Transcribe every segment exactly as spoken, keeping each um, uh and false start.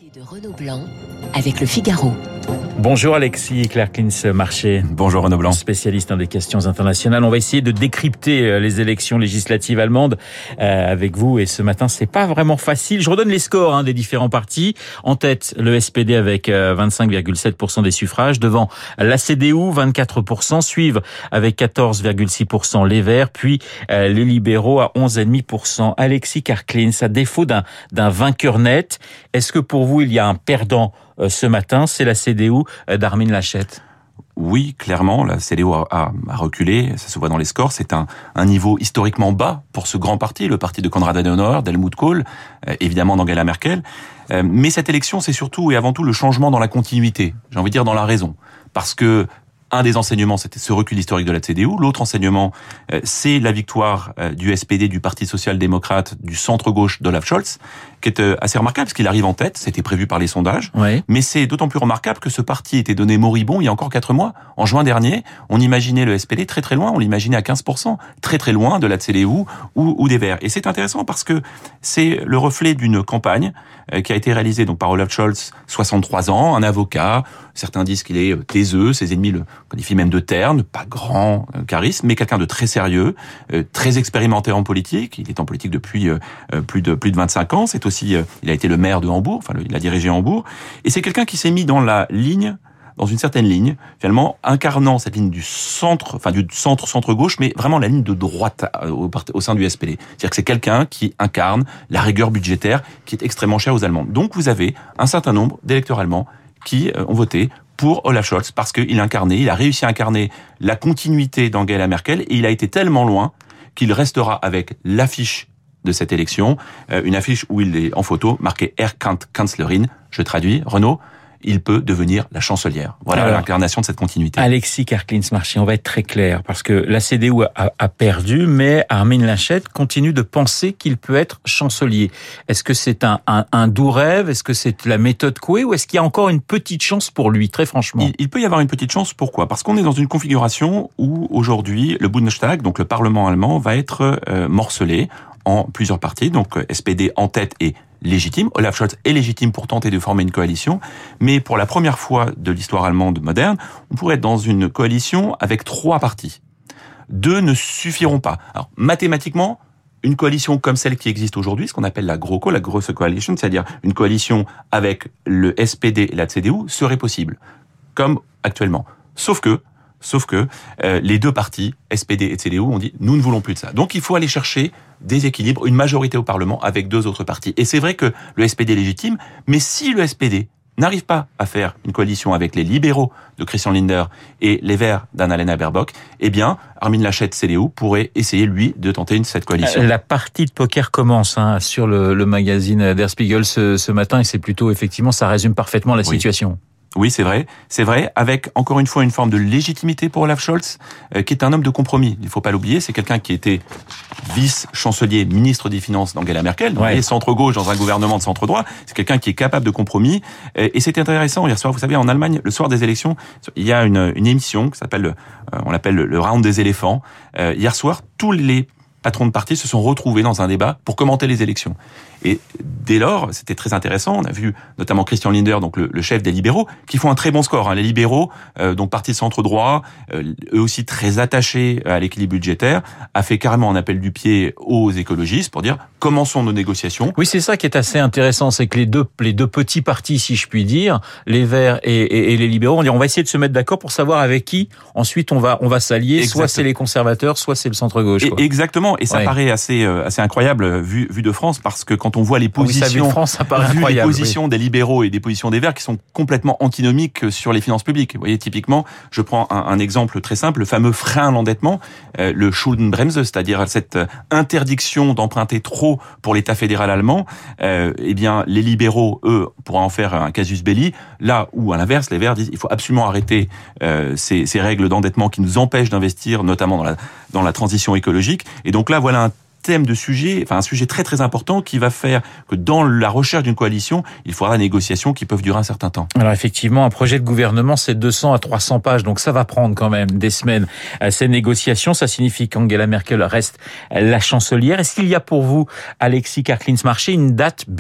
De Renaud Blanc avec Le Figaro. Bonjour Alexis Karklins-Marché. Bonjour Renaud Blanc. Spécialiste des questions internationales. On va essayer de décrypter les élections législatives allemandes euh, avec vous. Et ce matin, c'est pas vraiment facile. Je redonne les scores hein, des différents partis. En tête, le S P D avec euh, vingt-cinq virgule sept pour cent des suffrages. Devant, la C D U, vingt-quatre pour cent. Suivent avec quatorze virgule six pour cent les Verts. Puis euh, les libéraux à onze virgule cinq pour cent. Alexis Karklins, à défaut d'un, d'un vainqueur net, est-ce que pour vous, il y a un perdant euh, ce matin? C'est la C D U euh, d'Armin Laschet. Oui, clairement, la C D U a, a, a reculé, ça se voit dans les scores. C'est un, un niveau historiquement bas pour ce grand parti, le parti de Konrad Adenauer, d'Helmut Kohl, euh, évidemment d'Angela Merkel. Euh, mais cette élection, c'est surtout et avant tout le changement dans la continuité, j'ai envie de dire dans la raison. Parce que un des enseignements, c'était ce recul historique de la C D U. L'autre enseignement, euh, c'est la victoire euh, du S P D, du Parti social-démocrate, du centre-gauche d'Olaf Scholz, qui est euh, assez remarquable parce qu'il arrive en tête, c'était prévu par les sondages. Oui. Mais c'est d'autant plus remarquable que ce parti était donné moribond il y a encore quatre mois. En juin dernier, on imaginait le S P D très très loin, on l'imaginait à quinze pour cent, très très loin de la C D U ou, ou des Verts. Et c'est intéressant parce que c'est le reflet d'une campagne euh, qui a été réalisée donc par Olaf Scholz, soixante-trois ans, un avocat. Certains disent qu'il est taiseux, ses ennemis le qualifient même de terne, pas grand charisme, mais quelqu'un de très sérieux, euh, très expérimenté en politique. Il est en politique depuis euh, plus de plus de vingt-cinq ans. C'est aussi, euh, il a été le maire de Hambourg, enfin le, il a dirigé Hambourg, et c'est quelqu'un qui s'est mis dans la ligne, dans une certaine ligne, finalement incarnant cette ligne du centre, enfin du centre centre gauche, mais vraiment la ligne de droite au, au sein du S P D. C'est-à-dire que c'est quelqu'un qui incarne la rigueur budgétaire, qui est extrêmement chère aux Allemands. Donc vous avez un certain nombre d'électeurs allemands qui ont voté pour Olaf Scholz parce qu'il incarnait, il a réussi à incarner la continuité d'Angela Merkel et il a été tellement loin qu'il restera avec l'affiche de cette élection, une affiche où il est en photo marqué Er kann Kanzlerin, je traduis, Renaud, il peut devenir la chancelière. Voilà Alors, l'incarnation de cette continuité. Alexis Karklins-Marché, on va être très clair, parce que la C D U a, a perdu, mais Armin Laschet continue de penser qu'il peut être chancelier. Est-ce que c'est un, un, un doux rêve? Est-ce que c'est la méthode Coué? Ou est-ce qu'il y a encore une petite chance pour lui, très franchement? Il, il peut y avoir une petite chance, pourquoi? Parce qu'on est dans une configuration où, aujourd'hui, le Bundestag, donc le Parlement allemand, va être euh, morcelé en plusieurs parties, donc S P D en tête et légitime. Olaf Scholz est légitime pour tenter de former une coalition, mais pour la première fois de l'histoire allemande moderne, on pourrait être dans une coalition avec trois partis. Deux ne suffiront pas. Alors, mathématiquement, une coalition comme celle qui existe aujourd'hui, ce qu'on appelle la GroKo, la Grosse Coalition, c'est-à-dire une coalition avec le S P D et la C D U, serait possible, comme actuellement. Sauf que, sauf que euh, les deux partis, S P D et C D U, ont dit « nous ne voulons plus de ça ». Donc il faut aller chercher des équilibres, une majorité au Parlement avec deux autres partis. Et c'est vrai que le S P D est légitime, mais si le S P D n'arrive pas à faire une coalition avec les libéraux de Christian Lindner et les Verts d'Annalena Baerbock, eh bien, Armin Laschet, C D U, pourrait essayer, lui, de tenter une, cette coalition. La partie de poker commence hein, sur le, le magazine Der Spiegel ce, ce matin, et c'est plutôt, effectivement, ça résume parfaitement la oui. situation. Oui, c'est vrai, c'est vrai, avec encore une fois une forme de légitimité pour Olaf Scholz, euh, qui est un homme de compromis. Il ne faut pas l'oublier, c'est quelqu'un qui était vice-chancelier, ministre des Finances d'Angela Merkel, donc ouais. centre-gauche dans un gouvernement de centre-droit. C'est quelqu'un qui est capable de compromis. Euh, et c'était intéressant hier soir. Vous savez, en Allemagne, le soir des élections, il y a une, une émission qui s'appelle, euh, on l'appelle le, le round des éléphants. Euh, hier soir, tous les patrons de partis se sont retrouvés dans un débat pour commenter les élections. Et dès lors, c'était très intéressant. On a vu notamment Christian Lindner, donc le, le chef des libéraux, qui font un très bon score. Hein. Les libéraux, euh, donc parti centre-droit, euh, eux aussi très attachés à l'équilibre budgétaire, a fait carrément un appel du pied aux écologistes pour dire commençons nos négociations. Oui, c'est ça qui est assez intéressant, c'est que les deux les deux petits partis, si je puis dire, les Verts et, et, et les libéraux, on dit on va essayer de se mettre d'accord pour savoir avec qui ensuite on va on va s'allier. Exactement. Soit c'est les conservateurs, soit c'est le centre-gauche. Et, exactement. Et ça ouais. paraît assez euh, assez incroyable vu vu de France, parce que quand on voit les positions, oui, de France, ça paraît vu incroyable, les positions oui. des libéraux et des positions des Verts qui sont complètement antinomiques sur les finances publiques. Vous voyez, typiquement, je prends un, un exemple très simple, le fameux frein à l'endettement, euh, le Schuldenbremse, c'est-à-dire cette interdiction d'emprunter trop pour l'État fédéral allemand. Euh, eh bien, les libéraux, eux, pourraient en faire un casus belli. Là où, à l'inverse, les Verts disent il faut absolument arrêter euh, ces, ces règles d'endettement qui nous empêchent d'investir, notamment dans la dans la transition écologique. Et donc là, voilà un thème de sujet, enfin un sujet très très important qui va faire que dans la recherche d'une coalition, il faudra des négociations qui peuvent durer un certain temps. Alors effectivement, un projet de gouvernement, c'est deux cents à trois cents pages, donc ça va prendre quand même des semaines. Ces négociations, ça signifie qu'Angela Merkel reste la chancelière. Est-ce qu'il y a pour vous, Alexis Karklins-Marché, une date butoir ?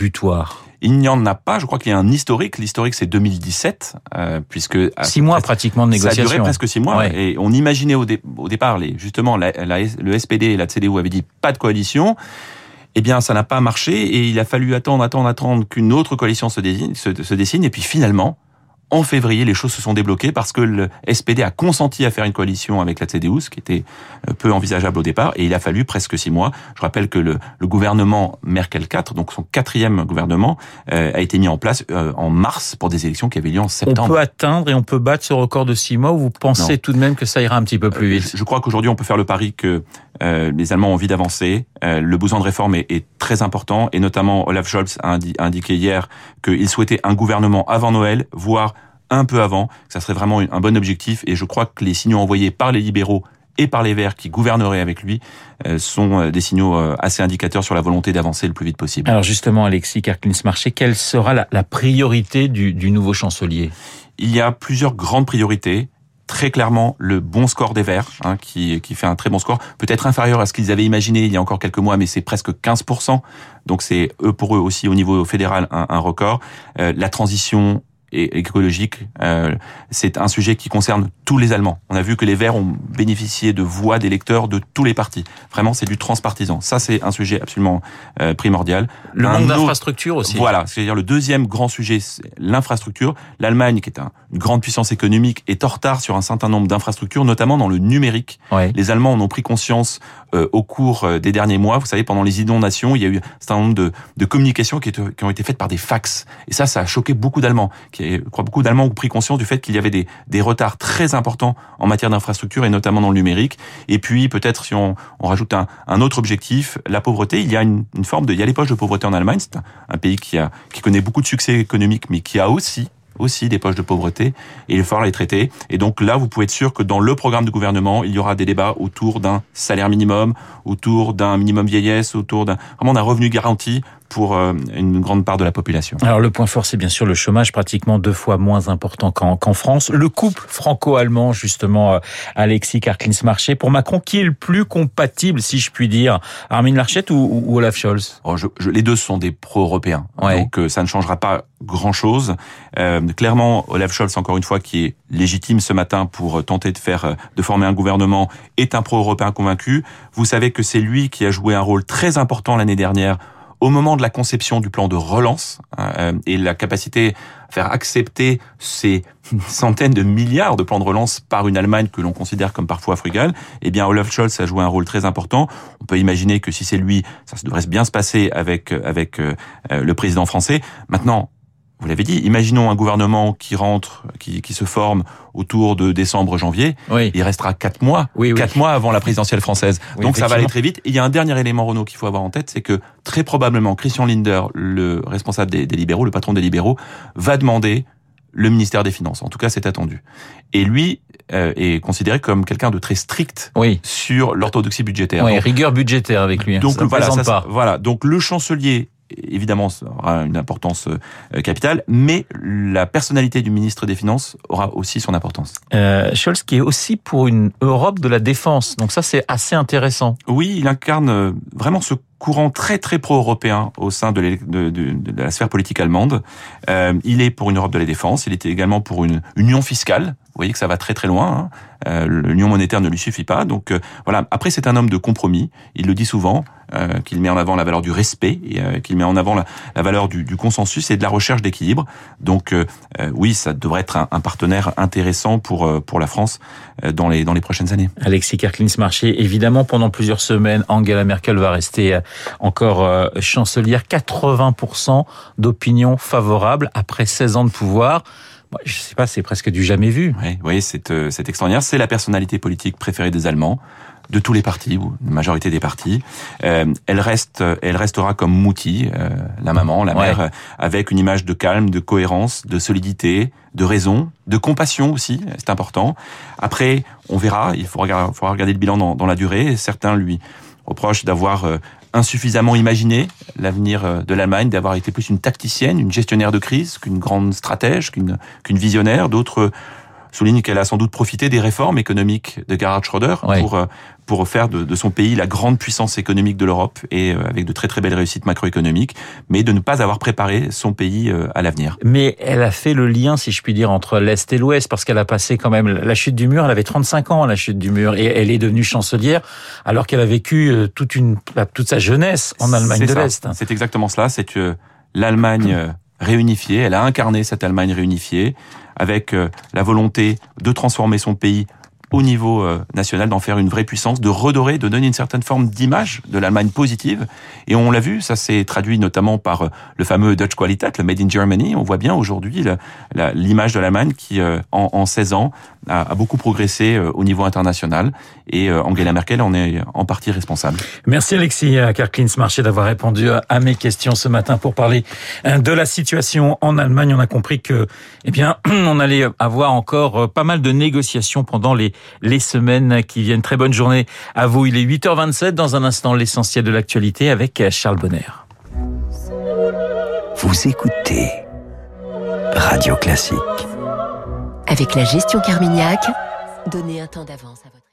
Il n'y en a pas. Je crois qu'il y a un historique. L'historique, c'est deux mille dix-sept, euh, puisque six mois pratiquement de négociation. Ça a duré presque six mois. Ouais. Et on imaginait au, dé, au départ, les, justement, la, la, le S P D et la C D U avaient dit pas de coalition. Eh bien, ça n'a pas marché et il a fallu attendre, attendre, attendre qu'une autre coalition se dessine, se, se dessine. Et puis finalement, en février, les choses se sont débloquées parce que le S P D a consenti à faire une coalition avec la C D U, ce qui était peu envisageable au départ, et il a fallu presque six mois. Je rappelle que le, le gouvernement Merkel quatre, donc son quatrième gouvernement, euh, a été mis en place euh, en mars pour des élections qui avaient lieu en septembre. On peut atteindre et on peut battre ce record de six mois, ou vous pensez non. tout de même que ça ira un petit peu plus vite ? euh, Je crois qu'aujourd'hui, on peut faire le pari que euh, les Allemands ont envie d'avancer. Euh, le besoin de réforme est, est très important, et notamment Olaf Scholz a indi- indiqué hier qu'il souhaitait un gouvernement avant Noël, voire un peu avant, que ça serait vraiment un bon objectif, et je crois que les signaux envoyés par les libéraux et par les Verts qui gouverneraient avec lui euh, sont des signaux euh, assez indicateurs sur la volonté d'avancer le plus vite possible. Alors justement, Alexis Karklins-Marché, quelle sera la, la priorité du, du nouveau chancelier ? Il y a plusieurs grandes priorités. Très clairement, le bon score des Verts, hein, qui, qui fait un très bon score, peut-être inférieur à ce qu'ils avaient imaginé il y a encore quelques mois, mais c'est presque quinze pour cent. Donc c'est eux pour eux aussi au niveau fédéral un, un record. Euh, la transition et écologique, euh, c'est un sujet qui concerne tous les Allemands. On a vu que les Verts ont bénéficié de voix d'électeurs de tous les partis. Vraiment, c'est du transpartisan. Ça, c'est un sujet absolument euh, primordial. Le un manque autre, d'infrastructures aussi. Voilà, c'est-à-dire le deuxième grand sujet, c'est l'infrastructure. L'Allemagne, qui est un, une grande puissance économique, est en retard sur un certain nombre d'infrastructures, notamment dans le numérique. Ouais. Les Allemands en ont pris conscience euh, au cours des derniers mois. Vous savez, pendant les inondations, il y a eu un certain nombre de, de communications qui, étaient, qui ont été faites par des fax. Et ça, ça a choqué beaucoup d'Allemands. Qui, je crois beaucoup d'Allemands ont pris conscience du fait qu'il y avait des, des retards très importants en matière d'infrastructure et notamment dans le numérique. Et puis, peut-être, si on, on rajoute un, un autre objectif, la pauvreté, il y a une, une forme de, il y a les poches de pauvreté en Allemagne. C'est un, un pays qui a, qui connaît beaucoup de succès économique, mais qui a aussi aussi des poches de pauvreté, et il va falloir les traiter. Et donc là, vous pouvez être sûr que dans le programme de gouvernement, il y aura des débats autour d'un salaire minimum, autour d'un minimum vieillesse, autour d'un vraiment d'un revenu garanti pour une grande part de la population. Alors le point fort, c'est bien sûr le chômage, pratiquement deux fois moins important qu'en, qu'en France. Le couple franco-allemand, justement, Alexis Karklins-Marché, pour Macron, qui est le plus compatible, si je puis dire, Armin Laschet ou, ou Olaf Scholz ? Oh, je, je, les deux sont des pro-européens, ouais. donc euh, ça ne changera pas grand-chose. Euh, clairement, Olaf Scholz, encore une fois, qui est légitime ce matin pour tenter de faire, de former un gouvernement, est un pro-européen convaincu. Vous savez que c'est lui qui a joué un rôle très important l'année dernière au moment de la conception du plan de relance euh, et la capacité à faire accepter ces centaines de milliards de plans de relance par une Allemagne que l'on considère comme parfois frugale, eh bien Olaf Scholz a joué un rôle très important. On peut imaginer que si c'est lui, ça devrait bien se passer avec avec euh, le président français. Maintenant, vous l'avez dit, imaginons un gouvernement qui rentre, qui, qui se forme autour de décembre-janvier. Oui. Il restera quatre mois, oui, oui. quatre mois avant la présidentielle française. Oui, donc ça va aller très vite. Et il y a un dernier élément, Renaud, qu'il faut avoir en tête, c'est que très probablement Christian Lindner, le responsable des, des libéraux, le patron des libéraux, va demander le ministère des Finances. En tout cas, c'est attendu. Et lui euh, est considéré comme quelqu'un de très strict oui. sur l'orthodoxie budgétaire. Oui, donc, rigueur budgétaire avec lui. Donc ça voilà, ça, pas. voilà. Donc le chancelier, évidemment, ça aura une importance euh, capitale, mais la personnalité du ministre des Finances aura aussi son importance. Euh, Scholz qui est aussi pour une Europe de la défense, donc ça c'est assez intéressant. Oui, il incarne vraiment ce courant très très pro-européen au sein de, de, de, de la sphère politique allemande. Euh, il est pour une Europe de la défense, il était également pour une union fiscale. Vous voyez que ça va très très loin. Hein. Euh, l'union monétaire ne lui suffit pas. Donc euh, voilà. Après, c'est un homme de compromis. Il le dit souvent, euh, qu'il met en avant la valeur du respect, et euh, qu'il met en avant la, la valeur du, du consensus et de la recherche d'équilibre. Donc euh, euh, oui, ça devrait être un, un partenaire intéressant pour euh, pour la France euh, dans les dans les prochaines années. Alexis Karklins-Marché, évidemment, pendant plusieurs semaines, Angela Merkel va rester encore euh, chancelière. quatre-vingts pour cent d'opinion favorable après seize ans de pouvoir. Je sais pas, c'est presque du jamais vu. Oui, oui, c'est, euh, c'est extraordinaire. C'est la personnalité politique préférée des Allemands, de tous les partis, ou la majorité des partis. Euh, elle reste, elle restera comme Mouti, euh, la maman, la mère, ouais. avec une image de calme, de cohérence, de solidité, de raison, de compassion aussi, c'est important. Après, on verra, il faudra regarder, faudra regarder le bilan dans, dans la durée. Certains lui reprochent d'avoir euh, insuffisamment imaginé l'avenir de l'Allemagne, d'avoir été plus une tacticienne, une gestionnaire de crise qu'une grande stratège, qu'une, qu'une visionnaire. D'autres souligne qu'elle a sans doute profité des réformes économiques de Gerhard Schröder oui. pour pour faire de, de son pays la grande puissance économique de l'Europe et avec de très très belles réussites macroéconomiques, mais de ne pas avoir préparé son pays à l'avenir. Mais elle a fait le lien, si je puis dire, entre l'Est et l'Ouest, parce qu'elle a passé quand même la chute du mur. Elle avait trente-cinq ans, la chute du mur, et elle est devenue chancelière, alors qu'elle a vécu toute une toute sa jeunesse en Allemagne c'est de ça. l'Est. C'est exactement cela. C'est que l'Allemagne réunifiée, elle a incarné cette Allemagne réunifiée avec la volonté de transformer son pays au niveau national, d'en faire une vraie puissance, de redorer, de donner une certaine forme d'image de l'Allemagne positive. Et on l'a vu, ça s'est traduit notamment par le fameux Deutsche Qualität, le Made in Germany. On voit bien aujourd'hui la, la, l'image de l'Allemagne qui, en, en seize ans, a, a beaucoup progressé au niveau international. Et Angela Merkel en est en partie responsable. Merci Alexis Karr-Klinsmarché d'avoir répondu à mes questions ce matin pour parler de la situation en Allemagne. On a compris que, eh bien, on allait avoir encore pas mal de négociations pendant les les semaines qui viennent. Très bonne journée à vous. Il est huit heures vingt-sept. Dans un instant, l'essentiel de l'actualité avec Charles Bonner. Vous écoutez Radio Classique. Avec la gestion Carmignac, donnez un temps d'avance à votre